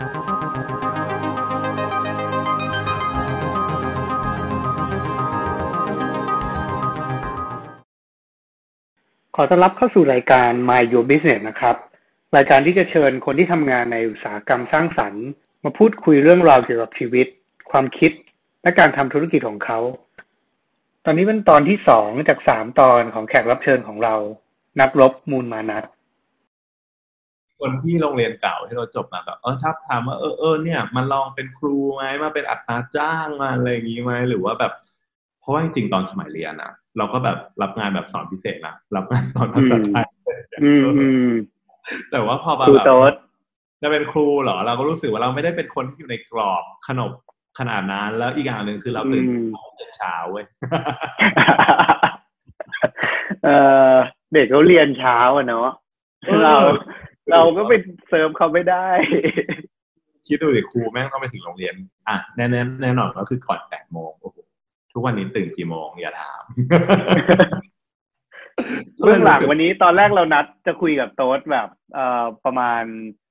ขอต้อนรับเข้าสู่รายการ Mind Your Business นะครับรายการที่จะเชิญคนที่ทำงานในอุตสาหกรรมสร้างสรรค์มาพูดคุยเรื่องราวเกี่ยวกับชีวิตความคิดและการทำธุรกิจของเขาตอนนี้เป็นตอนที่2จาก3ตอนของแขกรับเชิญของเรานักรบมูลมานัสคนที่โรงเรียนเก่าที่เราจบมาแบบถ้าถามว่าเนี่ยมันลองเป็นครูไหมมาเป็นอัตราจ้างมาอะไรอย่างงี้ไหมหรือว่าแบบเพราะว่าจริงๆตอนสมัยเรียนนะเราก็แบบรับงานแบบสอนพิเศษนะรับงานสอนภาษาไทยแต่ว่าพอแบบจะเป็นครูเหรอเราก็รู้สึกว่าเราไม่ได้เป็นคนที่อยู่ในกรอบขนบขนาดนั้นแล้วอีกอย่างหนึ่งคือเราตื่นเช้าเว้ยเด็กเขาเรียนเช้าอะเนาะเราก็ไปเซิร์ฟเขาไม่ได้คิดดูดิครูแม่งต้องไปถึงโรงเรียนแน่นอนก็คือก่อน8 โมงทุกวันนี้ตื่นกี่โมงอย่าถามเรื่องหลังวันนี้ตอนแรกเรานัดจะคุยกับโต๊ดแบบประมาณ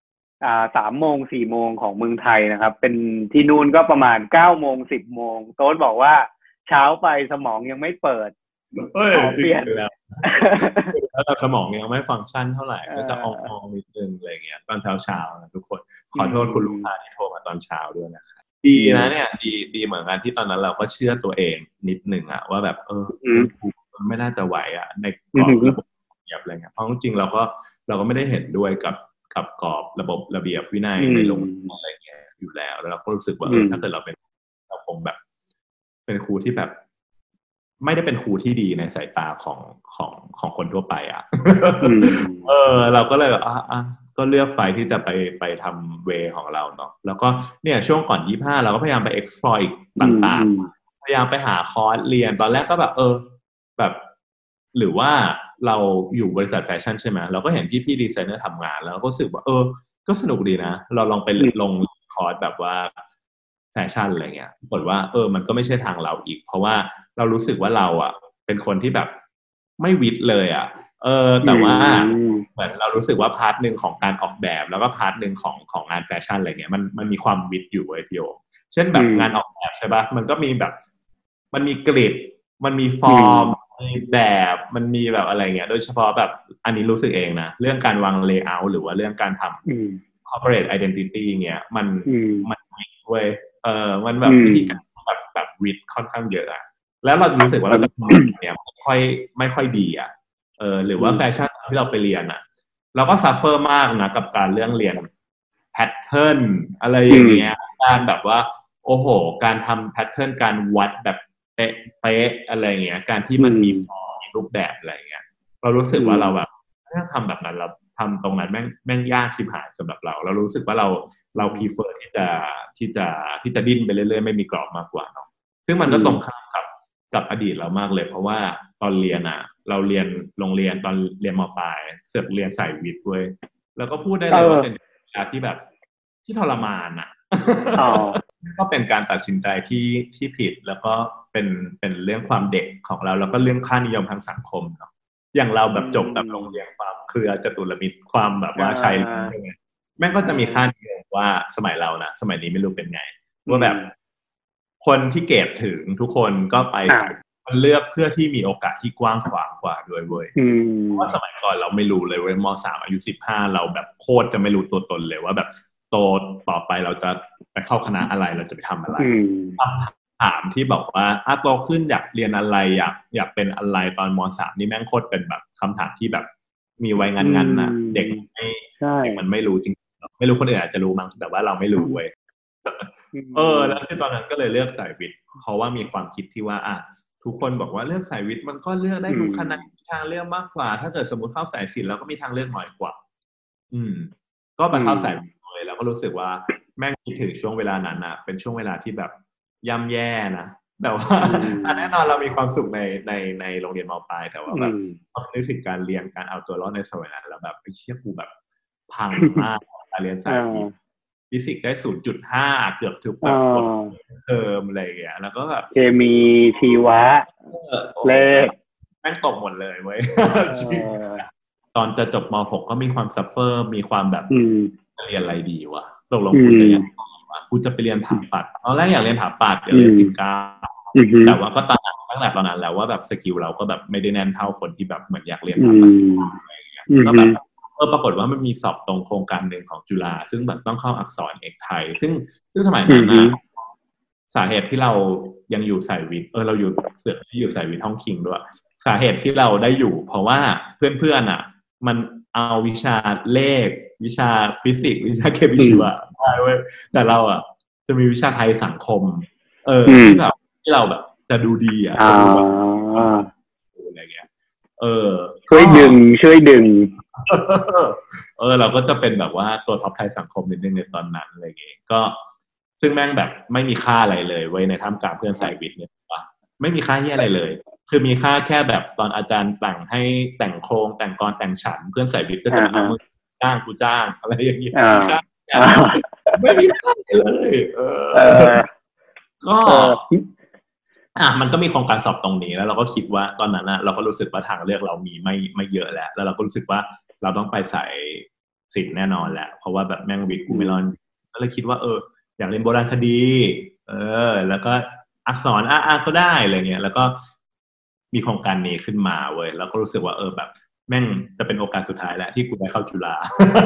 3 โมง 4 โมงของเมืองไทยนะครับเป็นที่นู่นก็ประมาณ9 โมง 10 โมงโต๊ดบอกว่าเช้าไปสมองยังไม่เปิดจริงแล้วแล้วสมองยังไม่ฟังก์ชันเท่าไหร่ก็จะอองนิดนึงอะไรเงี้ยตอนเช้านะทุกคนขอโทษคุณลูกค้าที่โทรมาตอนเช้าด้วยนะครับดีนะเนี่ยดีเหมือนกันที่ตอนนั้นเราก็เชื่อตัวเองนิดนึงอะว่าแบบไม่น่าจะไหวอะในกรอบระบบระเบียบอะไรเงี้ยเพราะจริงๆเราก็ไม่ได้เห็นด้วยกับกรอบระบบระเบียบวินัยในโรงเรียนอะไรเงี้ยอยู่แล้วเราก็รู้สึกว่าถ้าเกิดเราคงแบบเป็นครูที่แบบไม่ได้เป็นครูที่ดีในสายตาของคนทั่วไปอ่ะเราก็เลยแบบก็เลือกไฟที่จะไปทำเวของเราเนาะแล้วก็เนี่ยช่วงก่อน25เราก็พยายามไป explore อีกต่างๆพยายามไปหาคอร์สเรียนตอนแรกก็แบบแบบหรือว่าเราอยู่บริษัทแฟชั่นใช่ไหมเราก็เห็นพี่ดีไซเนอร์ทำงานแล้วก็รู้สึกว่าก็สนุกดีนะเราลองไปลงคอร์สแบบว่าแฟชั่นอะไรเงี้ยปรากฏว่ามันก็ไม่ใช่ทางเราอีกเพราะว่าเรารู้สึกว่าเราอ่ะเป็นคนที่แบบไม่วิทย์เลยอ่ะแต่ว่าเหมือนเรารู้สึกว่าพาร์ทหนึ่งของการออกแบบแล้วก็พาร์ทหนึ่งของงานแฟชั่นอะไรเงี้ยมันมีความวิทย์อยู่ไว้พี่โอเช่นแบบงานออกแบบใช่ปะมันก็มีแบบมันมีกริดมันมีฟอร์มมีแบบมันมีแบบอะไรเงี้ยโดยเฉพาะแบบอันนี้รู้สึกเองนะเรื่องการวางเลเยอร์หรือว่าเรื่องการทำ corporate identity เงี้ยมันเว้ยมันแบบวิธีการแบบวิดค่อนข้างเยอะอะแล้วเรารู้สึกว่าเราจะทำเนี่ยไม่ค่อยดีอ่ะหรือว่าแฟชั่นที่เราไปเรียนอ่ะเราก็ซัฟเฟอร์มากนะกับการเรื่องเรียนแพทเทิร์นอะไรอย่างเงี้ยการแบบว่าโอ้โหการทำแพทเทิร์นการวัดแบบเป๊ะอะไรเงี้ยการที่มันมีฟอร์มมีรูปแบบอะไรเงี้ยเรารู้สึกว่าเราแบบถ้าทำแบบนั้นเราทำตรงนั้นแม่งยากชิบหายสำหรับเรารู้สึกว่าเราpreferที่จะดิ้นไปเรื่อยๆไม่มีกรอบมากกว่าเนาะซึ่งมันก็ตรงข้ามกับอดีตเรามากเลยเพราะว่าตอนเรียนอ่ะเราเรียนโรงเรียนตอนเรียนม.ปลายเสือกเรียนสายวิทย์เว้ยแล้วก็พูดได้เลยว่าเป็นเวลาที่แบบที่ทรมานอ่ะก็เป็นการตัดสินใจที่ผิดแล้วก็เป็นเรื่องความเด็กของเราแล้วก็เรื่องค่านิยมทางสังคมเนาะอย่างเราแบบจบแบบโรงเรียนความเครือจตุรมิตรความแบบว่าชัยแม่งก็จะมีค่านิยมว่าสมัยเรานะสมัยนี้ไม่รู้เป็นไงว่าแบบคนที่เกรดถึงทุกคนก็ไปสายมันเลือกเพื่อที่มีโอกาสที่กว้างขวางกว่าด้วยเว้ยเพราะว่าสมัยก่อนเราไม่รู้เลยเว้ยม.3 อายุ15เราแบบโคตรจะไม่รู้ตัวตนเลยว่าแบบโตต่อไปเราจะไปเข้าคณะอะไรเราจะไปทำอะไรถามที่บอกว่าโตขึ้นอยากเรียนอะไรอยากเป็นอะไรตอนม.3 นี่แม่งโคตรเป็นแบบคำถามที่แบบมีไว้งันๆนะเด็กมันไม่รู้จริงไม่รู้คนอื่นอาจจะรู้มั้งแต่ว่าเราไม่รู้เว้ยแล้วที่ตอนนั้นก็เลยเลือกสายวิทย์เพราะว่ามีความคิดที่ว่าทุกคนบอกว่าเลือกสายวิทย์มันก็เลือกได้ทุกคณะทางเลือกมากกว่าถ้าเกิดสมมติเข้าสายศิลป์เราก็มีทางเลือกน้อยกว่าก็ไปเข้าสายวิทย์เลยแล้วก็รู้สึกว่าแม่งคิดถึงช่วงเวลานั้นอ่ะเป็นช่วงเวลาที่แบบย่ำแย่นะแต่ว่าแน่นอนเรามีความสุขในโรงเรียนม.ปลายแต่ว่าแบบนึกถึงการเรียนการเอาตัวรอดในสมัยนั้นแล้วแบบไอ้เชี่ยกูแบบพังมากการเรียนสายวิทย์ฟิสิกส์ได้ 0.5 เกือบทุกแบบเทอมอะไรอย่างเงี้ยแล้วก็แบบเคมีชีวะเลขแม่งตกหมดเลยเว้ยตอนจะจบม.6 ก็มีความซัฟเฟอร์มีความแบบเรียนอะไรดีวะตกลงกูจะยังกูจะไปเรียนถาปัดตอนแรกอยากเรียนถาปัดอยากเรียนศิลปะแต่ว่าก็ตั้งแต่ตอนนั้นแล้วว่าแบบสกิลเราก็แบบไม่ได้แน่นเท่าคนที่แบบเหมือนอยากเรียนถาปัดศิลปะอะไรอย่างเงี้ยก็แบบปรากฏว่ามันมีสอบตรงโครงการหนึ่งของจุฬาซึ่งแบบต้องเข้าอักษรเอกไทยซึ่งสมัยนั้นนะสาเหตุที่เรายังอยู่สายวิทย์เราอยู่เสือกที่อยู่สายวิทย์ห้องคิงด้วยสาเหตุที่เราได้อยู่เพราะว่าเพื่อนๆอ่ะมันเอาวิชาเลขวิชาฟิสิกส์วิชาเคมีชีวะได้เว้ยแต่เราอ่ะจะมีวิชาไทยสังคมที่เราแบบจะดูดีอ่ะอะไรเงี้ยช่วยดึงเราก็จะเป็นแบบว่าตัวท็อปไทยสังคมนิดนึงในตอนนั้นอะไรเงี้ยก็ซึ่งแม่งแบบไม่มีค่าอะไรเลยไว้ในท่ามกลางเพื่อนสายวิทย์เนี่ยว่าไม่มีค่าที่อะไรเลยคือมีค่าแค่แบบตอนอาจารย์แต่งให้แต่งโครงแต่งกรแต่งฉันเพื่อนสายวิทย์ก็จะเอามือจ้างกูจ้างอะไรอย่างเงี้ยไม่มีค่าเลยก็มันก็มีโครงการสอบตรงนี้แล้วเราก็คิดว่าตอนนั้นเราก็รู้สึกว่าทางเลือกเรามีไม่เยอะแล้วเราก็รู้สึกว่าเราต้องไปสายศิลป์แน่นอนแหละเพราะว่าแบบแม่งวิทย์กูไม่รอดก็เลยคิดว่าอยากเรียนโบราณคดีแล้วก็อักษรก็ได้อะไรเงี้ยแล้วก็มีโครงการนี้ขึ้นมาเว้ยแล้วก็รู้สึกว่าแบบแม่งจะเป็นโอกาสสุดท้ายแล้วที่กูได้เข้าจุฬา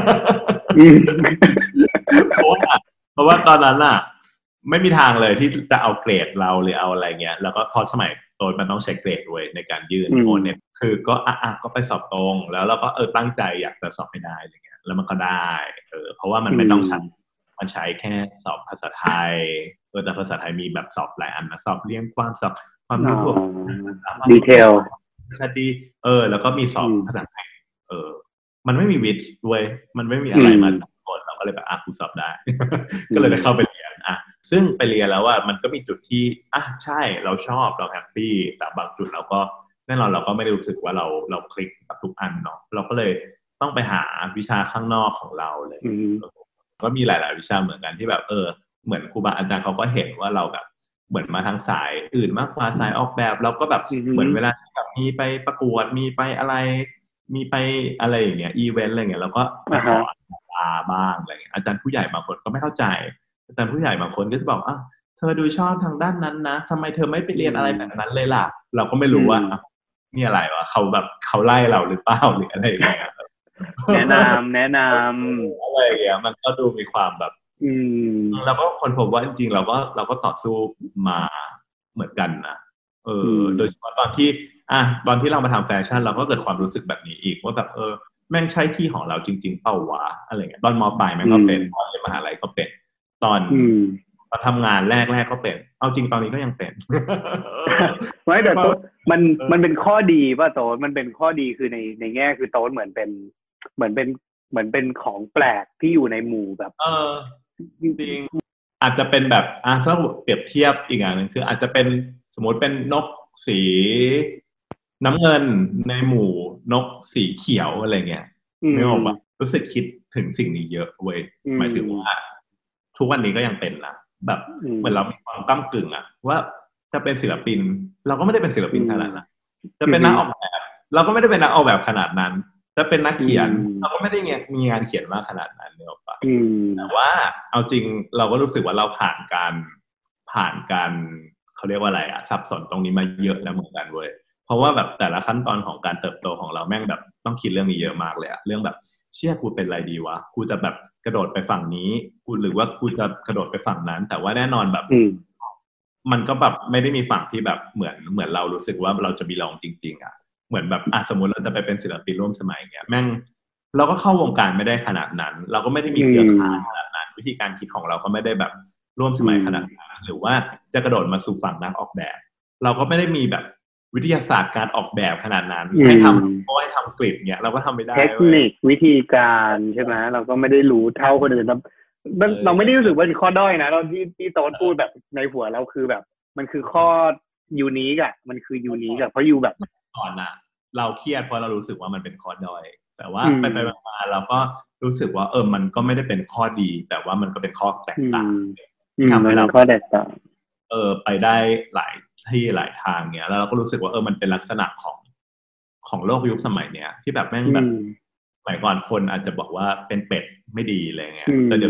เพราะว่าตอนนั้นไม่มีทางเลยที่จะเอาเกรดเราหรือเอาอะไรเงี้ยแล้วก็พอสมัยโตมันต้องเช็คเกรดด้วยในการยื่นโอเนี่ยคือก็ก็ไปสอบตรงแล้วเราก็ตั้งใจอยากจะสอบให้ได้อะไรเงี้ยแล้วมันก็ได้เพราะว่ามันไม่ต้องชัดมันใช้แค่สอบภาษาไทยแต่ภาษาไทยมีแบบสอบหลายอันนะสอบเรียงความสอบความรู้ทั่วดีเทลคดีแล้วก็มีสอบภาษาไทยมันไม่มีวิทย์ด้วยมันไม่มีอะไรมาเราก็เลยแบบกูสอบได้ ก็เลยได้เข้าไปเรียนซึ่งไปเรียนแล้วมันก็มีจุดที่ใช่เราชอบเราแฮปปี้แต่บางจุดเราก็แน่นอนเราก็ไม่ได้รู้สึกว่าเราคลิกกับทุกอันเนาะเราก็เลยต้องไปหาวิชาข้างนอกของเราเลยก็มีหลายๆวิชาเหมือนกันที่แบบเหมือนครูบาอาจารย์เขาก็เห็นว่าเราแบบเหมือนมาทางสายอื่นมากกว่าสายออกแบบเราก็แบบเหมือนเวลาแบบมีไปประกวดมีไปอะไรมีไปอะไรอย่างเงี้ยอีเวนต์อะไรเงี้ยเราก็ไปสอนบ้างอะไรเงี้ยอาจารย์ผู้ใหญ่บางคนก็ไม่เข้าใจอาจารย์ผู้ใหญ่บางคนก็จะบอกเธอดูชอบทางด้านนั้นนะทำไมเธอไม่ไปเรียนอะไรแบบนั้นเลยล่ะเราก็ไม่รู้ว่านี่อะไรวะเขาแบบเขาไล่เราหรือเปล่าหรืออะไรอย่างเงี้ยแนะนำอะไรอย่างเงี้ยมันก็ดูมีความแบบแล้วก็คนพบว่าจริงๆเราก็ต่อสู้มาเหมือนกันนะโดยเฉพาะตอนที่เรามาทำแฟชั่นเราก็เกิดความรู้สึกแบบนี้อีกว่าแบบแม่งใช่ที่ของเราจริงๆเปล่าวะอะไรเงี้ยตอนม.ปลายแม่งก็เป็นตอนเรียนมหาลัยก็เป็นตอนทำงานแรกก็เป็นเอาจริงตอนนี้ก็ยังเป็นไม่แต่โต๊ดมันเป็นข้อดีป่ะโต๊ดมันเป็นข้อดีคือในแง่คือโต๊ดเหมือนเป็นของแปลกที่อยู่ในหมู่แบบจริงอาจจะเป็นแบบถ้าเปรียบเทียบอีกอย่างหนึ่งคืออาจจะเป็นสมมติเป็นนกสีน้ำเงินในหมู่นกสีเขียวอะไรเงี้ยไม่ออกแบบรู้สึกคิดถึงสิ่งนี้เยอะเว้ยหมายถึงว่าทุกวันนี้ก็ยังเป็นนะแบบเหมือนเรามีความก้ำกึ่งว่าจะเป็นศิลปินเราก็ไม่ได้เป็นศิลปินขนาดนั้นจะเป็นนักออกแบบเราก็ไม่ได้เป็นนักออกแบบขนาดนั้นจะเป็นนักเขียนเราก็ไม่ได้มีงานเขียนมากขนาดนั้นเนี่ยป่ะแต่ว่าเอาจริงเราก็รู้สึกว่าเราผ่านการเขาเรียกว่าอะไรสับสนตรงนี้มาเยอะแล้วเหมือนกันเว้ยเพราะว่าแบบแต่ละขั้นตอนของการเติบโตของเราแม่งแบบต้องคิดเรื่องนี้เยอะมากเลยเรื่องแบบเชื่อกูเป็นอะไรดีวะกูจะแบบกระโดดไปฝั่งนี้กูหรือว่ากูจะกระโดดไปฝั่งนั้น แต่ว่าแน่นอนแบบมันก็แบบไม่ได้มีฝั่งที่แบบเหมือนเรารู้สึกว่าเราจะบีลองจริงๆเหมือนแบบสมมติเราจะไปเป็นศิลปินร่วมสมัยเงี้ยแม่งเราก็เข้าวงการไม่ได้ขนาดนั้นเราก็ไม่ได้มีเครือข่ายขนาดนั้นวิธีการคิดของเราก็ไม่ได้แบบร่วมสมัยขนาดนั้นหรือว่าจะกระโดดมาสู่ฝั่งนักออกแบบเราก็ไม่ได้มีแบบวิทยาศาสตร์การออกแบบขนาดนั้นให้ทำกริดเงี้ยเราก็ทำไม่ได้เทคนิควิธีการใช่ไหมเราก็ไม่ได้รู้เท่าคนอื่นเราไม่ได้รู้สึกว่าเป็นข้อด้อยนะเราที่โต๊ดพูดแบบในหัวเราคือแบบมันคือข้อยูนิคมันคือยูนิคเพราะยูแบบก่อนเราเครียดเพราะเรารู้สึกว่ามันเป็นข้อด้อยแต่ว่าไปมาเราก็รู้สึกว่ามันก็ไม่ได้เป็นข้อดีแต่ว่ามันก็เป็นข้อแตกต่างทำให้เราข้อแตกต่างไปได้หลายที่หลายทางเนี้ยแล้วเราก็รู้สึกว่ามันเป็นลักษณะของโลกยุคสมัยเนี้ยที่แบบแม่งแบบสมัยก่อนคนอาจจะบอกว่าเป็นเป็ดไม่ดีอะไรเงี้ยแต่เดี๋ยว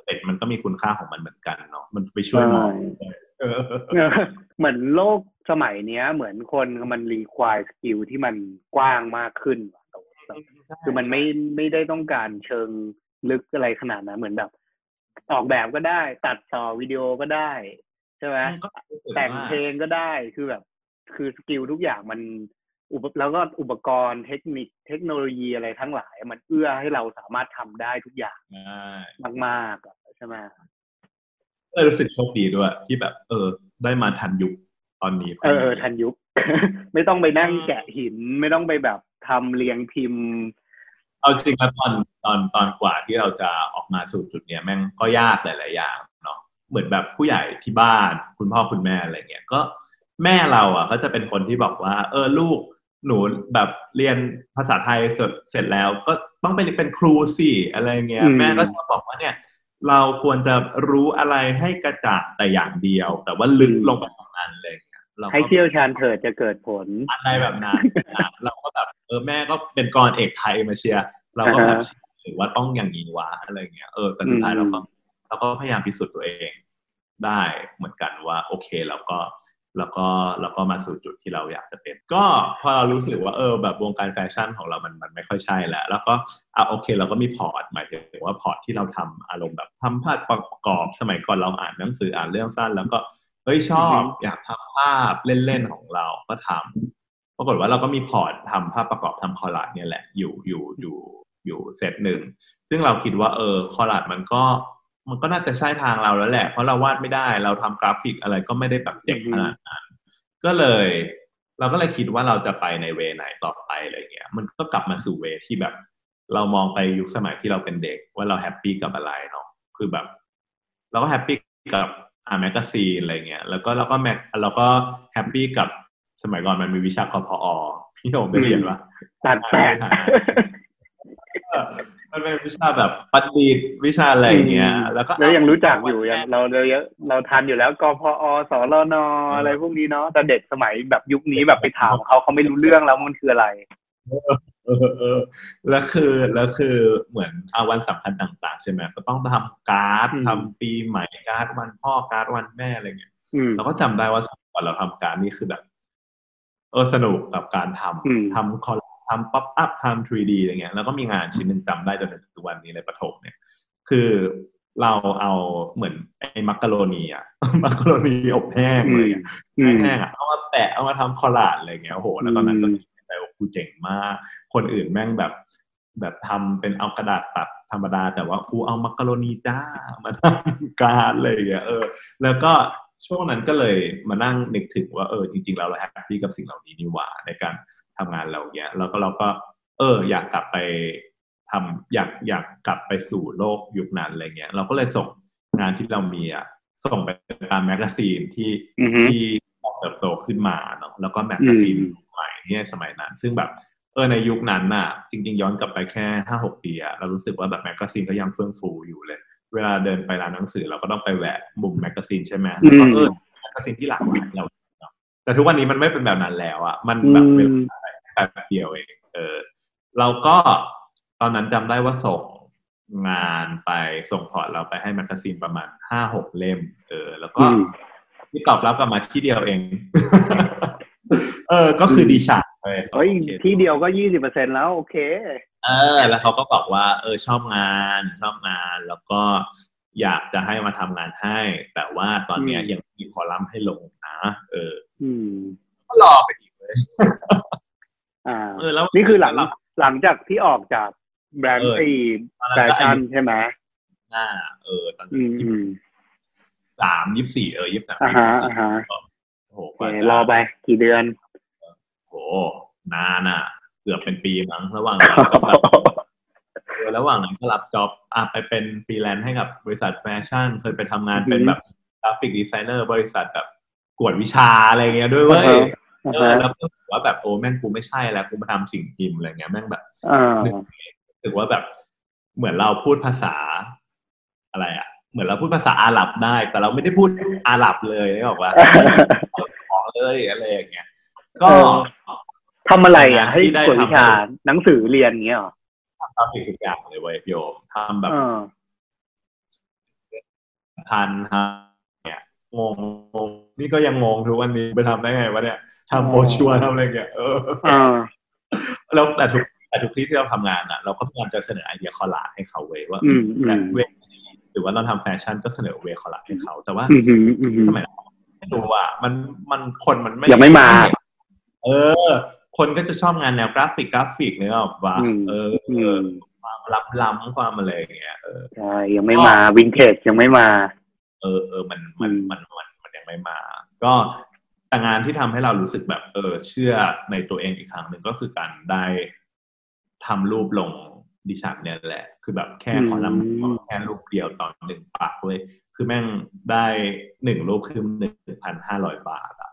เต็ดมันก็มีคุณค่าของมันเหมือนกันเนาะมันไปช่วยมองเหมือนโลกสมัยเนี้ยเหมือนคนมันรีควายสกิลที่มันกว้างมากขึ้นคือมันไม่ได้ต้องการเชิงลึกอะไรขนาดนั้นเหมือนแบบออกแบบก็ได้ตัดต่อวิดีโอก็ได้ใช่ไหมแต่งเพลงก็ได้คือแบบคือสกิลทุกอย่างมันแล้วก็อุปกรณ์เทคโนโลยีอะไรทั้งหลายมันเอื้อให้เราสามารถทำได้ทุกอย่างมากๆใช่ไหมรู้สึกโชคดีด้วยที่แบบได้มาทันยุคตอนนี้ทันยุค ไม่ต้องไปนั่งแกะหินไม่ต้องไปแบบทำเรียงพิมพ์เอาจริงแล้วตอนกว่าที่เราจะออกมาสู่จุดเนี้ยแม่งก็ยากหลายๆอย่างเนาะเหมือนแบบผู้ใหญ่ที่บ้านคุณพ่อคุณแม่อะไรเงี้ยก็แม่เราอ่ะก็จะเป็นคนที่บอกว่าลูกหนูแบบเรียนภาษาไทยเสร็จแล้วก็ต้องเป็นครูสิอะไรเงี้ยแม่ก็ชอบบอกว่าเนี่ยเราควรจะรู้อะไรให้กระจ่างแต่อย่างเดียวแต่ว่าลึกลงไปตรงนั้นเลยให้เชี่ยวชาญเถิดจะเกิดผลอะไรแบบนั้นเราก็แบบแม่ก็เป็นกรเอกไทยมาเชียร์เราก็แบบหรือว่าต้องอย่างนี้วะอะไรเงี้ยแต่สุดท้ายเราก็พยายามพิสูจน์ตัวเองได้เหมือนกันว่าโอเคแล้วก็มาสู่จุดที่เราอยากจะเป็นก็พอเรารู้สึกว่าแบบวงการแฟชั่นของเรามันไม่ค่อยใช่แล้วก็โอเคเราก็มีพอร์ตหมายถึงว่าพอร์ตที่เราทำอารมณ์แบบทำภาพประกอบสมัยก่อนเราอ่านหนังสืออ่านเรื่องสั้นแล้วก็ชอบอยากทำภาพเล่นๆของเราก็ทำปรากฏว่าเราก็มีพอร์ตทำภาพประกอบทำคอลลาจเนี่ยแหละอยู่เซตหนึ่งซึ่งเราคิดว่าคอลลาจมันก็น่าจะใช่ทางเราแล้วแหละเพราะเราวาดไม่ได้เราทำกราฟิกอะไรก็ไม่ได้แบบเจ๋งขนาดนั้นเราก็เลยคิดว่าเราจะไปในเวไหนต่อไปอะไรเงี้ยมันก็กลับมาสู่เวที่แบบเรามองไปยุคสมัยที่เราเป็นเด็กว่าเราแฮปปี้กับอะไรเนาะคือแบบเราก็แฮปปี้กับแมกกาซีนอะไรเงี้ยแล้วก็เราก็แฮปปี้กับสมัยก่อนมันมีวิชากพอพี่โอไปเรียนว่าตัดแปะมันเป็นวิชาแบบประดิษฐ์วิชาอะไรเงี้ยแล้วยังรู้จักอยู่ยังเราทันอยู่แล้วกพอสรนอะไรพวกนี้เนาะแต่เด็กสมัยแบบยุคนี้แบบไปถามเขาไม่รู้เรื่องแล้วมันคืออะไรแล้วคือเหมือนวันสำคัญต่างๆใช่ไหมก็ต้องทำการ์ดทำปีใหม่การ์ดวันพ่อการ์ดวันแม่อะไรเงี้ยเราก็จำได้ว่าสมัยก่อนเราทำการ์ดนี่คือแบบสนุกกับการทำคอลทำป๊อปอัพทำ 3D อะไรเงี้ยแล้วก็มีงานชิ้นหนึ่งจำได้จนถึงทุกวันนี้ในประถมเนี่ยคือเราเอาเหมือนไอ้มักกะโรนีมักกะโรนีอบแห้งเลยแห้งเอามาแปะเอามาทำคอลลาจอะไรเงี้ยโอ้โหแล้วตอนนั้นก็แต่ว่ากูเจ๋งมากคนอื่นแม่งแบบทำเป็นเอากระดาษตัดธรรมดาแต่ว่ากูเอามักกะโรนีจ้ามาทำการอะไรเงี้ยแล้วก็ช่วงนั้นก็เลยมานั่งนึกถึงว่าจริงๆเราแฮปปี้กับสิ่งเหล่านี้นี่หว่าในการทำงานเราเนี้ยแล้วก็เราก็อยากกลับไปทำอยากกลับไปสู่โลกยุคนั้นอะไรเงี้ยเราก็เลยส่งงานที่เรามีส่งไปตามแมกกาซีนที่เติบโตขึ้นมาเนาะแล้วก็แมกกาซีนใหม่เนี่ยสมัยนั้นซึ่งแบบในยุคนั้นน่ะจริงๆย้อนกลับไปแค่ 5-6 ปีเรารู้สึกว่าแบบแมกกาซีนก็ยังเฟื่องฟูอยู่เลยเวลาเดินไปร้านหนังสือเราก็ต้องไปแวะมุมแมกกาซีนใช่ไหมแล้วก็แมกกาซีนที่หลากหลายเราแต่ทุกวันนี้มันไม่เป็นแบบนั้นแล้วมันแบบเวลาแบบเดียวเองเราก็ตอนนั้นจำได้ว่าส่งงานไปส่งพอร์ตเราไปให้แมกกาซีนประมาณ 5-6 เล่มแล้วก็ที่ตอบรับกลับมาที่เดียวเอง ก็คือดีฉากเลยที่เดียวก็ 20% แล้วโอเคแล้วเขาก็บอกว่าชอบงานแล้วก็อยากจะให้มาทำงานให้แต่ว่าตอนนี้ยังมีคอลัมน์ให้ลงนะก็รอไปอีกเลยแล้วนี่คือหลังจากที่ออกจากแบรนด์แฟชั่นใช่ไหมตอนนี้23 24 23 โอ้โหรอไปกี่เดือนโหนานเกือบเป็นปีมั้งระหว่างนั้นก็แบบระหว่างนั้นก็รับจ็อบไปเป็นฟรีแลนซ์ให้กับบริษัทแฟชั่นเคยไปทำงานเป็นแบบกราฟิกดีไซเนอร์บริษัทแบบกวดวิชาอะไรเงี้ยด้วยเว้ยแล้วก็ถือว่าแบบแม่งกูไม่ใช่แล้วกูมาทำสิ่งพิมพ์อะไรเงี้ยแม่งแบบถือว่าแบบเหมือนเราพูดภาษาอะไรเหมือนเราพูดภาษาอาหรับได้แต่เราไม่ได้พูดอาหรับเลยนึกออกป่ะขอเลยอะไรอย่างเงี้ยก็ทำอะไรให้กวดวิชาหนังสือเรียนเงี้ยหรอทำทุกอย่างเลยเว้ยโยมทำแบบพันธ์เนี่ยงงนี่ก็ยังงงทุกวันนี้ไปทำได้ไงวะเนี่ยทำโบชัวทำอะไรเงี้ยแล้วแต่ทุกที่ที่เราทำงานอ่ะเราก็พยายามจะเสนอไอเดียคอลลาจให้เขาเว้ยว่าแบบเวทีหรือว่าเราทำแฟชั่นก็เสนอเวคอลลาจให้เขาแต่ว่าสมัยนั้นไม่รู้ว่ามันคนมันยังไม่มาคนก็จะชอบงานแนวกราฟิกเนี่ยหรอว่าความล้ำความอะไรอย่างเงี้ยใช่ยังไม่มาวินเทจยังไม่มามันยังไม่มาก็แต่งานที่ทำให้เรารู้สึกแบบเชื่อในตัวเองอีกครั้งหนึ่งก็คือการได้ทำรูปลงดิฉันเนี่ยแหละคือแบบแค่คอลัมน์แค่รูปเดียวต่อ1 ปักเลยคือแม่งได้1 รูปคือ 1,500 บาทอ่ะ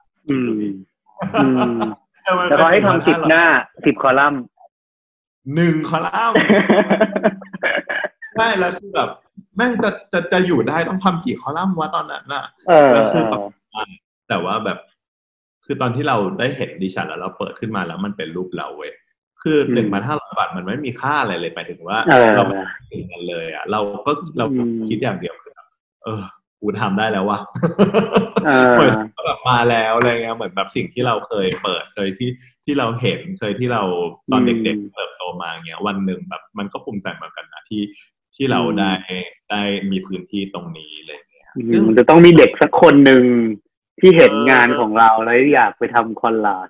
แล้วก็ให้ทำ10 หน้า10 คอลัมน์ 1 คอลัมน์ได้แล้วคือแบบแม่งจะอยู่ได้ต้องทำกี่คอลัมน์วะตอนนั้นน่ะแล้วคือแต่ว่าแบบคือตอนที่เราได้เห็นดิฉันแล้วเราเปิดขึ้นมาแล้วมันเป็นรูปเราเว้ยคือ 1,500 บาทมันไม่มีค่าอะไรเลยหมายถึงว่าเราไม่ถึงกันเลยอ่ะเราคิดอย่างเดียวคือกูทำได้แล้ววะเหมือนแบบมาแล้วอะไรเงี้ยเหมือนแบบสิ่งที่เราเคยเปิดเคยที่เราเห็นเคยที่เราตอนเด็กๆเติบโตมาเงี้ยวันหนึ่งแบบมันก็ภูมิใจเหมือนกันนะที่เราได้มีพื้นที่ตรงนี้เลยเนี่ยซึ่งจะต้องมีเด็กสักคนหนึ่งที่เห็นงานของเราแล้วอยากไปทำคอลลาจ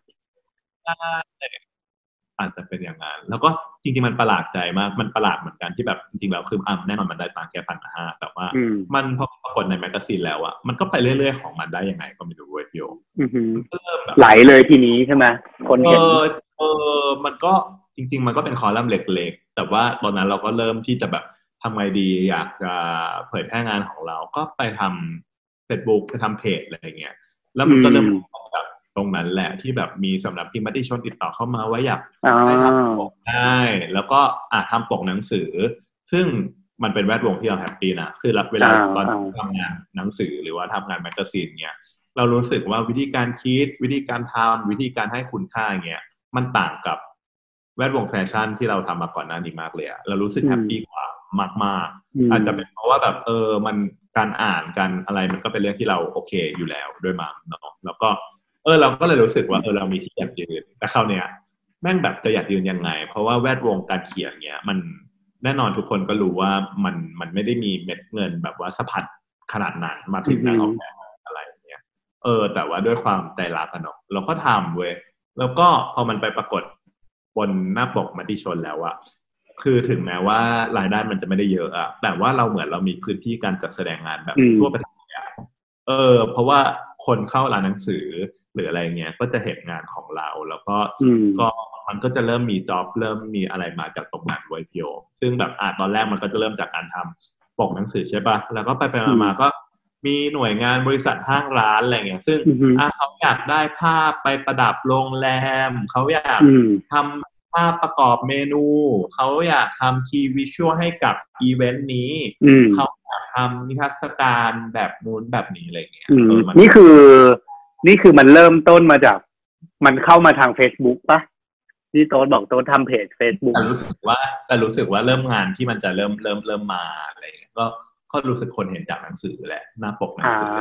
อาจจะเป็นอย่างนั้นแล้วก็จริงๆมันประหลาดใจมากมันประหลาดเหมือนกันที่แบบจริงๆแล้วคือแน่นอนมันได้ตังค์แค่1,500แต่ว่ามันพอปรากฏในแมกกาซีนแล้วอะมันก็ไปเรื่อยๆของมันได้ยังไงก็ไม่รู้เว้ยพี่โอไหลเลยทีนี้ใช่ไหมคนเห็นมันก็จริงๆมันก็เป็นคอลัมน์เล็กๆแต่ว่าตอนนั้นเราก็เริ่มที่จะแบบทำไงดีอยากจะเผยแพร่งานของเราก็ไปทำ Facebook ไปทำเพจอะไรเงี้ยแล้วมันก็เริ่มแบบตรงนั้นแหละที่แบบมีสำนักพิมพ์มติชนติดต่อเข้ามาว่าอยากให้ทำปกได้แล้วก็ทำปกหนังสือซึ่งมันเป็นแวดวงที่เราแฮปปี้นะคือเวลาตอนทำงานหนังสือหรือว่าทำงานแมกกาซีนเนี่ยเรารู้สึกว่าวิธีการคิดวิธีการทำวิธีการให้คุณค่าเงี้ยมันต่างกับแวดวงแฟชั่นที่เราทำมาก่อนหน้านี้มากเลยอะเรารู้สึกแฮปปี้กว่ามากๆอาจจะเป็นเพราะว่าแบบมันการอ่านกันอะไรมันก็เป็นเรื่องที่เราโอเคอยู่แล้วด้วยมั้งเนาะแล้วก็เราก็เลยรู้สึกว่าเรามีที่อยากยืนแต่คราวเนี้ยแม่งแบบจะอยากยืนยังไงเพราะว่าแวดวงการเขียนเนี้ยมันแน่นอนทุกคนก็รู้ว่ามันไม่ได้มีเม็ดเงินแบบว่าสะพัดขนาดนั้นมาถึงการออกแบบอะไรเงี้ยแต่ว่าด้วยความใจรักกันเนาะเราก็ทำเว้ยแล้วก็พอมันไปปรากฏบนหน้าปกมติชนแล้วอะคือถึงแม้ว่ารายได้มันจะไม่ได้เยอะอะแต่ว่าเราเหมือนเรามีพื้นที่การจัดแสดงงานแบบทั่วประเทศเพราะว่าคนเข้าร้านหนังสือหรืออะไรเงี้ยก็จะเห็นงานของเราแล้วก็มันก็จะเริ่มมีจ็อบเริ่มมีอะไรมาจากตรงนั้นไว้พี่โอซึ่งแบบตอนแรกมันก็จะเริ่มจากการทำปกหนังสือใช่ปะแล้วก็ไปมาก็มีหน่วยงานบริษัทห้างร้านอะไรเงี้ยซึ่งเขาอยากได้ภาพไปประดับโรงแรมเขาอยากทำภาพประกอบเมนูเขาอยากทำคีย์วิชวลให้กับอีเวนต์นี้เขาอยากทำนิทรรศการแบบนู้นแบบนี้อะไรเงี้ยนี่คือมันเริ่มต้นมาจากมันเข้ามาทาง Facebook ปะที่โต๊ดบอกโต๊ดทำเพจ Facebook แต่รู้สึกว่าเริ่มงานที่มันจะเริ่มมาอะไรก็รู้สึกคนเห็นจากหนังสือแหละหน้าปกหนังสือ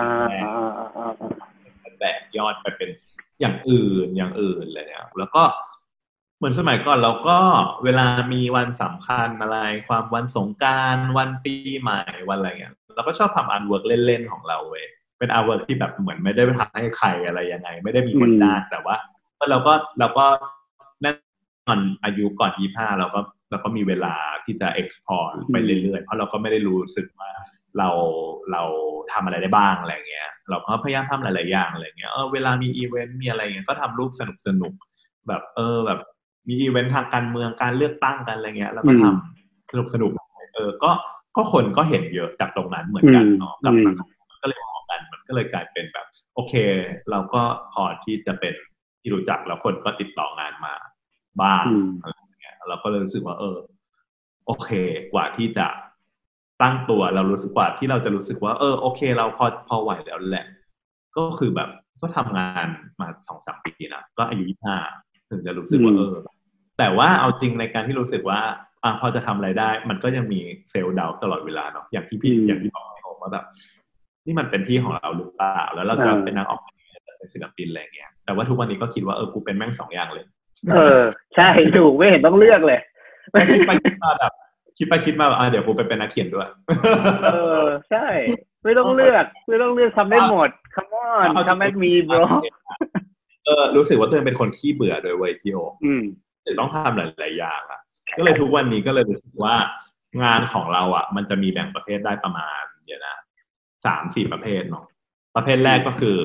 แตกยอดไปเป็นอย่างอื่นเลยเนี่ยแล้วก็เหมือนสมัยก่อนเราก็เวลามีวันสำคัญอะไรความวันสงกรานต์วันปีใหม่วันอะไรเงี้ยเราก็ชอบทำอาร์ตเวิร์กเล่นๆของเราเว้ยเป็นอาร์ตเวิร์กที่แบบเหมือนไม่ได้ไปทำให้ใครอะไรยังไงไม่ได้มีคนจ้างแต่ว่าเราก็แน่นอนอายุก่อน25เราก็มีเวลาที่จะ export ไปเรื่อยๆเพราะเราก็ไม่ได้รู้สึกว่าเราทำอะไรได้บ้างอะไรเงี้ยเราก็พยายามทำหลายๆอย่างอะไรเงี้ยเวลามีอีเวนต์มีอะไรเงี้ยก็ทำรูปสนุกแบบแบบมีอีเวนต์ทางการเมืองการเลือกตั้งกันอะไรเงี้ยแล้วก็ทำสนุกก็คนก็เห็นเยอะจากตรงนั้นเหมือนกันเนาะกับก็เลยมองกันมันก็เลยกลายเป็นแบบโอเคเราก็พอที่จะเป็นที่รู้จักแล้วคนก็ติดต่องานมาบ้างอะไรเงี้ยเราก็เลยรู้สึกว่าโอเคกว่าที่จะตั้งตัวเรารู้สึกกว่าที่เราจะรู้สึกว่าโอเคเราพอไหวแล้วแหละก็คือแบบก็ทำงานมา 2-3 ปีนะก็อายุ25ถึงจะรู้สึกว่าแต่ว่าเอาจริงในการที่รู้สึกว่าพอจะทำอะไรได้มันก็ยังมีเซลล์ดาวตลอดเวลาเนาะอย่างที่บอกว่าแบบนี่มันเป็นที่ของเราหรือเปล่าแล้วเราจะเป็นนักออกแบบเป็นศิลปินอะไรเงี้ยแต่ว่าทุกวันนี้ก็คิดว่ากูเป็นแม่ง2อย่างเลยใช่ถูกไม่เห็นต้องเลือกเลยคิดไปคิดมาแบบคิดมาเดี๋ยวกูไปเป็นนักเขียนด้วยใช่ไม่ต้องเลือกทำได้หมด come on ทำให้มี bro รู้สึกว่าตัวเองเป็นคนขี้เบื่อโดยเว้ยพี่โอต้องทำหลายๆอย่างอ่ะก็เลยทุกวันนี้ก็เลยรู้สึกว่างานของเราอ่ะมันจะมีแบ่งประเภทได้ประมาณเดี๋ยวนะ3-4ประเภทเนาะประเภทแรกก็คือ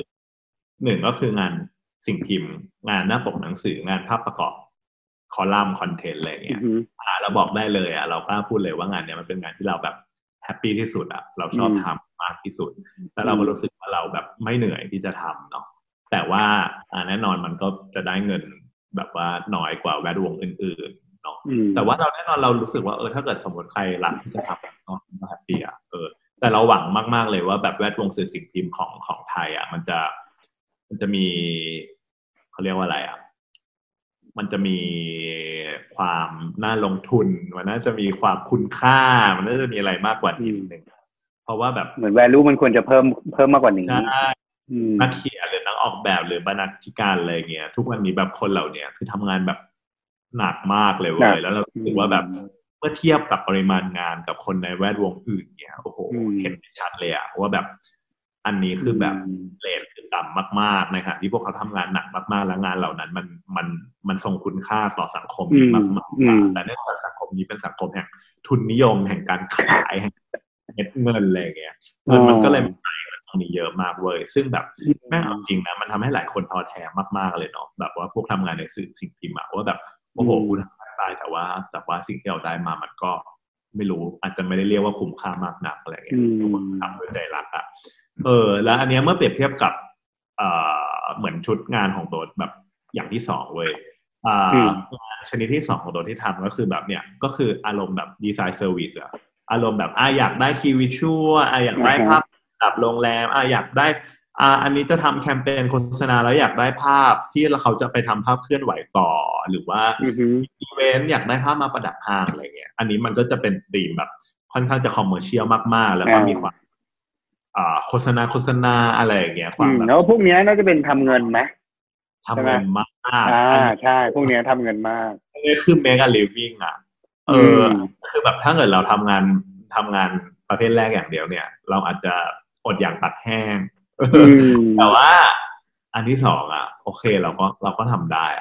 1ก็คืองานสิ่งพิมพ์งานหน้าปกหนังสืองานภาพประกอบคอลัมน์คอนเทนต์อะไรเงี้ยเราบอกได้เลยเรากล้าพูดเลยว่างานเนี้ยมันเป็นงานที่เราแบบแฮปปี้ที่สุดอ่ะเราชอบทำมากที่สุดแล้วเราก็รู้สึกว่าเราแบบไม่เหนื่อยที่จะทำเนาะแต่ว่าแน่นอนมันก็จะได้เงินแบบว่าน้อยกว่าแวดวงอื่นๆเนาะแต่ว่าเราแน่นอนเรารู้สึกว่าถ้าเกิดสมมติใครรักที่จะทำก็แฮปปี้แต่เราหวังมากๆเลยว่าแบบแวดวงสื่อสิ่งพิมพ์ของไทยมันจะมีเขาเรียกว่าอะไรมันจะมีความน่าลงทุนมันน่าจะมีความคุณค่ามันน่าจะมีอะไรมากกว่านี้นึงเพราะว่าแบบเหมือน value มันควรจะเพิ่มมากกว่านี้นักเขียนหรือนักออกแบบหรือบรรณาธิการอะไรเงี้ยทุกวันนี้แบบคนเหล่านี้คือทำงานแบบหนักมากเลยเว้ยแล้วเราคิดว่าแบบเมื่อเทียบกับปริมาณงานกับคนในแวดวงอื่นเนี่ยโอ้โหเห็นชัดเลยว่าแบบอันนี้คือแบบเรทคือต่ำมากๆนะครับที่พวกเขาทำงานหนักมากๆแล้วงานเหล่านั้นมันทรงคุณค่าต่อสังคมมากๆแต่เนื่องจากสังคมนี้เป็นสังคมแห่งทุนนิยมแห่งการขายแห่งเงินอะไรเงี้ยเงินมันก็เลยมีเยอะมากเว้ยซึ่งแบบแม่งเอาจริงนะมันทำให้หลายคนท้อแท้มากๆเลยเนาะแบบว่าพวกทำงานในสื่อสิ่งพิมพ์ว่าแบบโอ้โหกูทำได้แต่ว่าสิ่งที่เราได้มามันก็ไม่รู้อาจจะไม่ได้เรียกว่าคุ้มค่ามากนักอะไรเงี้ยทุกคนทำด้วยใจรักแล้วอันนี้เมื่อเปรียบเทียบกับเหมือนชุดงานของตัวแบบอย่างที่สองเว้ยงานชนิดที่2ของตัวที่ทำก็คือแบบเนี่ยก็คืออารมณ์แบบดีไซน์เซอร์วิสอารมณ์แบบอยากได้คีย์วิชวลอยากได้ภาพแบบโรงแรมอยากได้อันนี้จะทำแคมเปญโฆษณาแล้วอยากได้ภาพที่เขาจะไปทำภาพเคลื่อนไหวต่อหรือว่าอีเวนต์อยากได้ภาพมาประดับห้างอะไรเงี้ยอันนี้มันก็จะเป็นธีมแบบค่อนข้างจะคอมเมอร์เชียลมากๆแล้วก็มีความโฆษณาอะไรอย่างเงี้ยความแบบแล้วพวกนี้น่าจะเป็นทำเงินไหมทำเงินมากใช่พวกนี้ทำเงินมากอันนี้คือ make a living คือแบบถ้าเกิดเราทำงานประเภทแรกอย่างเดียวเนี่ยเราอาจจะอดอย่างตัดแห้งแต่ว่าอันที่2โอเคเราก็ทำได้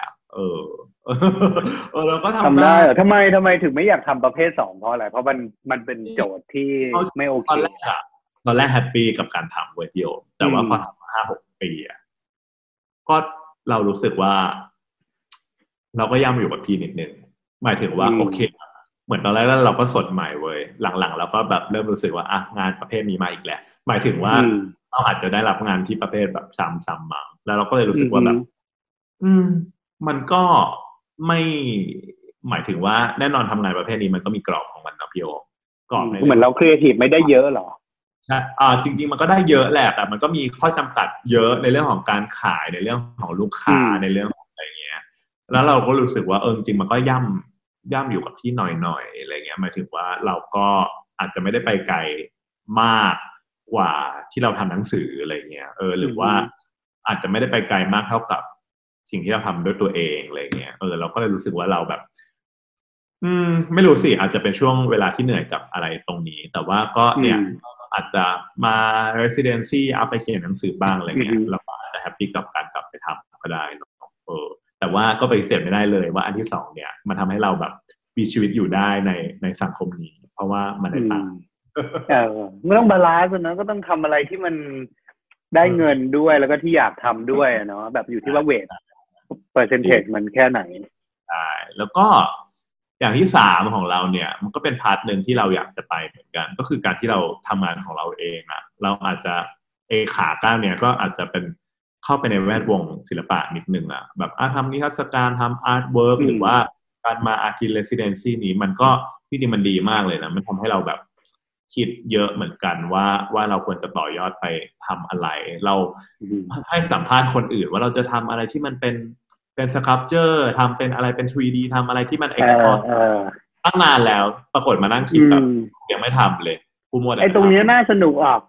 เราก็ทำได้ทำไมถึงไม่อยากทำประเภท2เพราะอะไรเพราะมันเป็นโจทย์ที่ไม่โอเคตอนแรกแฮปปี้กับการทำเวทีโอแต่ว่าพอทำ5-6 ปีก็เรารู้สึกว่าเราก็ย่ำอยู่กับพี่นิดนึงหมายถึงว่าโอเคเหมือนตอนแรกเราก็สดใหม่เว้ยหลังๆเราก็แบบเริ่มรู้สึกว่างานประเภทนี้มาอีกแล้วหมายถึงว่าเราอาจจะได้รับงานที่ประเภทแบบซ้ำๆมาแล้วเราก็เลยรู้สึกว่าแบบมันก็ไม่หมายถึงว่าแน่นอนทำงานประเภทนี้มันก็มีกรอบของมันนะพี่โอกรอบเหมือนเราครีเอทีฟไม่ได้เยอะหรอใช่จริงๆมันก็ได้เยอะแหละแต่มันก็มีข้อจำกัดเยอะในเรื่องของการขายในเรื่องของลูกค้าในเรื่องของอะไรเงี้ยแล้วเราก็รู้สึกว่าจริงๆมันก็ย่ำอยู่กับที่หน่อยๆอะไรเงี้ยหมายถึงว่าเราก็อาจจะไม่ได้ไปไกลมากกว่าที่เราทำหนังสืออะไรเงี้ยหรือว่าอาจจะไม่ได้ไปไกลมากเท่ากับสิ่งที่เราทำด้วยตัวเองอะไรเงี้ยเราก็เลยรู้สึกว่าเราแบบไม่รู้สิอาจจะเป็นช่วงเวลาที่เหนื่อยกับอะไรตรงนี้แต่ว่าก็เนี่ยอาจจะมา residency เอาไปเขียนหนังสือบ้างอะไรเงี้ยแล้วก็อาจจะแฮปปี้กับการกลับไปทำก็ได้เนาะแต่ว่าก็ไปเสียไม่ได้เลยว่าอันที่2เนี่ยมันทำให้เราแบบมีชีวิตอยู่ได้ในสังคมนี้เพราะว่ามันได้ตังค์ไม่ต้องบาลานซ์นะก็ต้องทำอะไรที่มันได้เงินด้วยแล้วก็ที่อยากทำด้วยเนาะแบบอยู่ที่ว่าเวทเปอร์เซนเทจมันแค่ไหนใช่แล้วก็อย่างที่3ของเราเนี่ยมันก็เป็นพาร์ทนึงที่เราอยากจะไปเหมือนกันก็คือการที่เราทำงานของเราเองเราอาจจะขาก้าวเนี่ยก็อาจจะเป็นเข้าไปในแวดวงศิลปะนิดนึงแบบทำนิทรรศการทำอาร์ตเวิร์กหรือว่าการมาอาร์ติเรสซิเดนซีนี้มันก็ที่ดีมันดีมากเลยนะมันทำให้เราแบบคิดเยอะเหมือนกันว่าเราควรจะต่อยอดไปทำอะไรเราให้สัมภาษณ์คนอื่นว่าเราจะทำอะไรที่มันเป็นสครับเจอร์ทำเป็นอะไรเป็น 3D ทำอะไรที่มัน export ตั้งนานแล้วปรากฏมานั่งคิดแบบยังไม่ทำเลยไอ้ตรงนี้น่าสนุกออก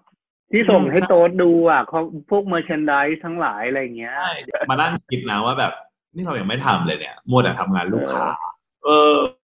ที่ส่งให้โต๊ดดูอ่ะเขาพวกเมอร์แชนไดส์ทั้งหลายอะไรเงี้ยมานั่งคิดนะว่าแบบนี่เรายังไม่ทำเลยเนี่ยมัวแต่ทำงานลูกค้าเออ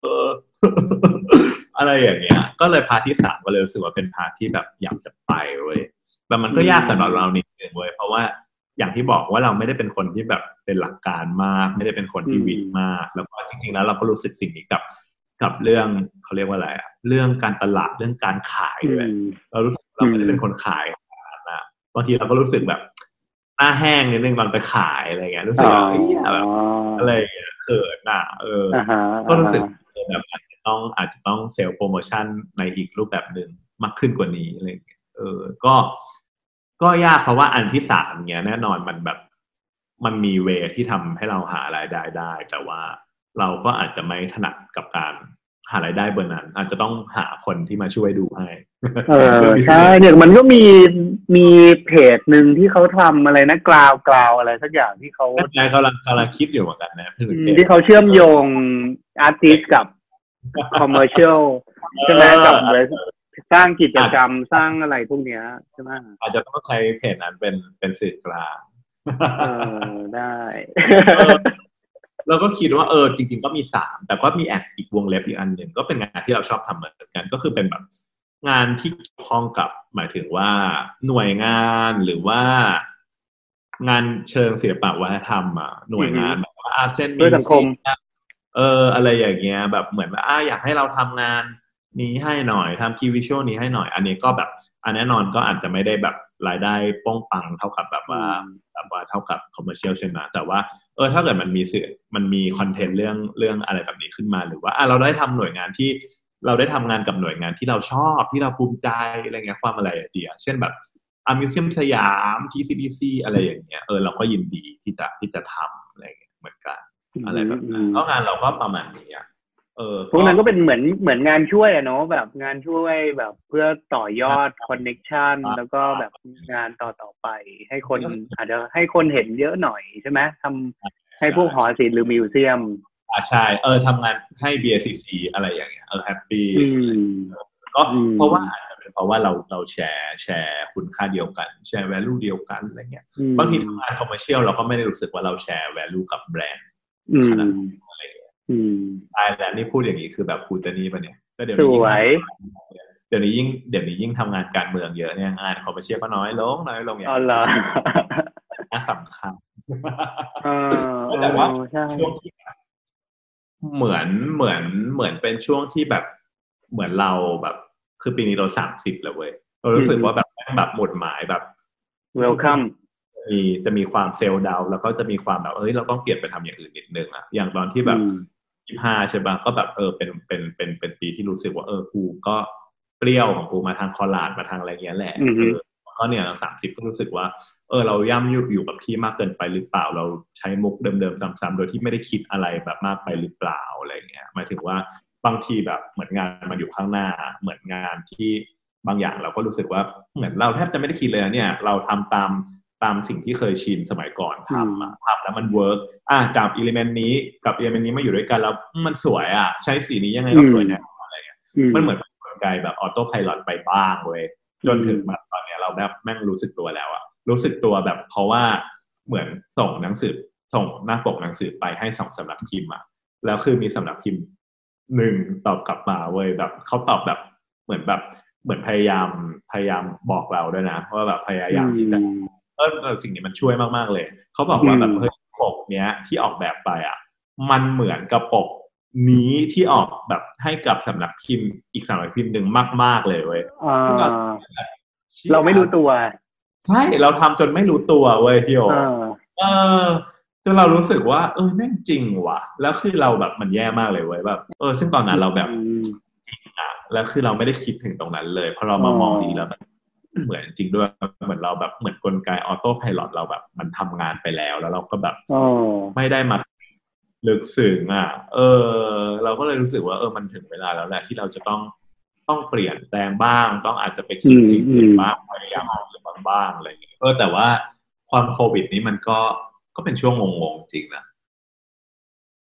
อะไรอย่างเงี้ยก็เลยพาร์ทที่3ก็เลยรู้สึกว่าเป็นพาร์ทที่แบบอยากจะไปเว้ยแต่มันก็ยากสำหรับเรานิดนึงเว้ยเพราะว่าอย่างที่บอกว่าเราไม่ได้เป็นคนที่แบบเป็นหลักการมากไม่ได้เป็นคนที่วิมากแล้วก็จริงๆแล้วเราก็รู้สึกสิ่งนี้กับเรื่องเขาเรียกว่าอะไรอะเรื่องการตลาดเรื่องการขายเลยเรารู้สึกเราไม่ได้เป็นคนขายนะบางทีเราก็รู้สึกแบบหน้าแห้งนิดนึงตอนไปขายอะไรเงี้ยรู้สึกแบบอะไรเงี้ยเขินอ่ะก็รู้สึกแบบอาจจะต้องเซลล์โปรโมชั่นในอีกรูปแบบหนึ่งมากขึ้นกว่านี้อะไรเงี้ยก็ยากเพราะว่าอันที่3เงี้ยแน่นอนมันแบบมันมีเวที่ทำให้เราหารายได้แต่ว่าเราก็อาจจะไม่ถนัดกับการหารายได้เบอร์นั้นอาจจะต้องหาคนที่มาช่วยดูให้ใช่เนี่ยมันก็มีเพจหนึ่งที่เขาทำอะไรนะกราวอะไรสักอย่างที่เขากำลังคิดอยู่เหมือนกันนะที่เขาเชื่อมโยงอาร์ติสกับคอมเมอร์เชียลใช่ไหมกับสร้างกิจกรรมสร้างอะไรพวกเนี้ยใช่ไหมอาจจะต้องใช้เพจนั้นเป็นสื่อกลางได้เราก็คิดว่าจริงๆก็มี3แต่ก็มีแอบอีกวงเล็บอีกอันหนึ่งก็เป็นงานที่เราชอบทำเหมือนกันก็คือเป็นแบบงานที่เกี่ยวข้องกับหมายถึงว่าหน่วยงานหรือว่างานเชิงศิลปะวัฒนธรรมหน่วยงานแบบว่าเช่นมีสังคมอะไรอย่างเงี้ยแบบเหมือนว่าอยากให้เราทำงานนี้ให้หน่อยทำคีย์วิชวลนี้ให้หน่อยอันนี้ก็แบบแน่นอนก็อาจจะไม่ได้แบบรายได้ป้องปังเท่ากับแบบว่าเท่ากับคอมเมอร์เชียลใช่ไหมแต่ว่าถ้าเกิดมันมีสื่อมันมีคอนเทนต์เรื่องอะไรแบบนี้ขึ้นมาหรือว่าเราได้ทำหน่วยงานที่เราได้ทำงานกับหน่วยงานที่เราชอบที่เราภูมิใจอะไรเงี้ยความอะไรดีเช่นแบบมิวเซียมสยาม TCDC อะไรอย่างเงี้ยเราก็ยินดีที่จะทำอะไรเงี้ยเหมือนกันอะไรแบบนั้นเพราะงานเราก็ประมาณนี้พวกนั้นก็เป็นเหมือนงานช่วยเนาะแบบงานช่วยแบบเพื่อต่อยอดคอนเน็กชันแล้วก็แบบงานต่อไปให้คนอาจจะให้คนเห็นเยอะหน่อยใช่ไหมทำให้พวกหอศิลป์หรือมิวเซียมใช่ทำงานให้ BACC อะไรอย่างเงี้ยแฮปปี้ก็เพราะว่าอาจจะเป็นเพราะว่าเราแชร์คุณค่าเดียวกันแชร์ value เดียวกันอะไรเงี้ยบางทีทำงานคอมเมอร์เชียลเราก็ไม่ได้รู้สึกว่าเราแชร์ value กับแบรนด์ขนาดอะไรเงี้ยใช่แล้วนี่พูดอย่างนี้คือแบบพูดแต่นี้ปะเนี่ยก็เดี๋ยวนี้ยิ่งทำงานการเมืองเยอะเนี่ยงานคอมเมอร์เชียลก็น้อยลงอย่างน่าสำคัญแต่ว่าช่วงที่เหมือนเป็นช่วงที่แบบเหมือนเราแบบคือปีนี้เรา30แล้วเว้ยเรารู้สึกว่าแบบหมุดหมายแบบ welcome จะมีความเซลล์ดาวแล้วก็จะมีความแบบเราต้องเปลี่ยนไปทำอย่างอื่นนิดนึงอย่างตอนที่แบบ25ใช่ป่ะก็แบบเป็นปีที่รู้สึกว่ากูก็เปรี้ยวของกูมาทางคอลาดมาทางอะไรเงี้ยแหละก็เนี่ย30ก็รู้สึกว่าเราย่ำอยู่กับที่มากเกินไปหรือเปล่าเราใช้มุกเดิมๆซ้ำๆโดยที่ไม่ได้คิดอะไรแบบมากไปหรือเปล่าอะไรเงี้ยหมายถึงว่าบางทีแบบเหมือนงานมันอยู่ข้างหน้าเหมือนงานที่บางอย่างเราก็รู้สึกว่าเหมือนเราแทบจะไม่ได้คิดเลยนะเนี่ยเราทำตามสิ่งที่เคยชินสมัยก่อนทำแล้วมันเวิร์กกับอิเลเมนต์นี้กับอิเลเมนต์นี้มาอยู่ด้วยกันแล้วมันสวยใช้สีนี้ยังไงก็สวยแน่อะไรเงี้ยมันเหมือนเป็นกลไกแบบออโต้ไพลอตไปบ้างเว้ยจนถึงตอนนี้เราแบบแม่งรู้สึกตัวแล้วรู้สึกตัวแบบเพราะว่าเหมือนส่งหนังสือส่งหน้าปกหนังสือไปให้2สำนักพิมพ์แล้วคือมีสำนักพิมพ์1ตอบกลับมาเว้ยแบบเขาตอบแบบเหมือนพยายามบอกเราด้วยนะว่าแบบพยายามที่จะสิ่งนี้มันช่วยมากๆเลยเขาบอกว่าแบบปกเนี้ยที่ออกแบบไปมันเหมือนกับปกนี้ที่ออกแบบให้กับสำนักพิมพ์อีกสำนักพิมพ์หนึ่งมากๆเลยเว้ยเราไม่รู้ตัวใช่เราทำจนไม่รู้ตัวเว้ยพี่โอจนเรารู้สึกว่าแม่งจริงว่ะแล้วคือเราแบบมันแย่มากเลยเว้ยแบบซึ่งตอนนั้นเราแบบจริงแล้วคือเราไม่ได้คิดถึงตรงนั้นเลยพอเรามามองดีแล้วเหมือนจริงด้วยเหมือนเราแบบเหมือนกลไกออโต้ไพลอตเราแบบมันทำงานไปแล้วเราก็แบบไม่ได้มาลึกซึ้งเราก็เลยรู้สึกว่ามันถึงเวลาแล้วแหละที่เราจะต้องเปลี่ยนแปลงบ้างต้องอาจจะไปคิดสิ่งอื่นบ้างพยายามออกจากบ้างอะไรอย่างเงี้ยแต่ว่าความโควิดนี้มันก็เป็นช่วงงงๆจริงนะ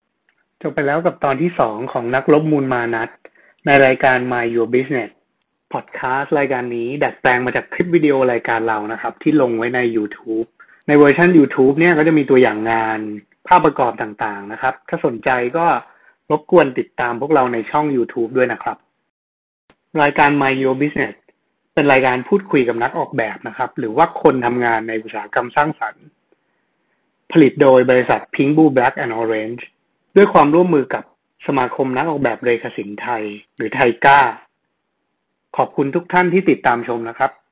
จบไปแล้วกับตอนที่2ของนักรบมูลมานัทในรายการ My Your Business พอดแคสต์รายการนี้ดัดแปลงมาจากคลิปวิดีโอรายการเรานะครับที่ลงไว้ใน YouTube ในเวอร์ชัน YouTube เนี่ยก็จะมีตัวอย่างงานภาพประกอบต่างๆนะครับถ้าสนใจก็รบกวนติดตามพวกเราในช่อง YouTube ด้วยนะครับรายการ Mind Your Business เป็นรายการพูดคุยกับนักออกแบบนะครับหรือว่าคนทำงานในอุตสาหกรรมสร้างสรรค์ผลิตโดยบริษัท Pink Blue Black and Orange ด้วยความร่วมมือกับสมาคมนักออกแบบเรขาสินไทยหรือไทก้าขอบคุณทุกท่านที่ติดตามชมนะครับ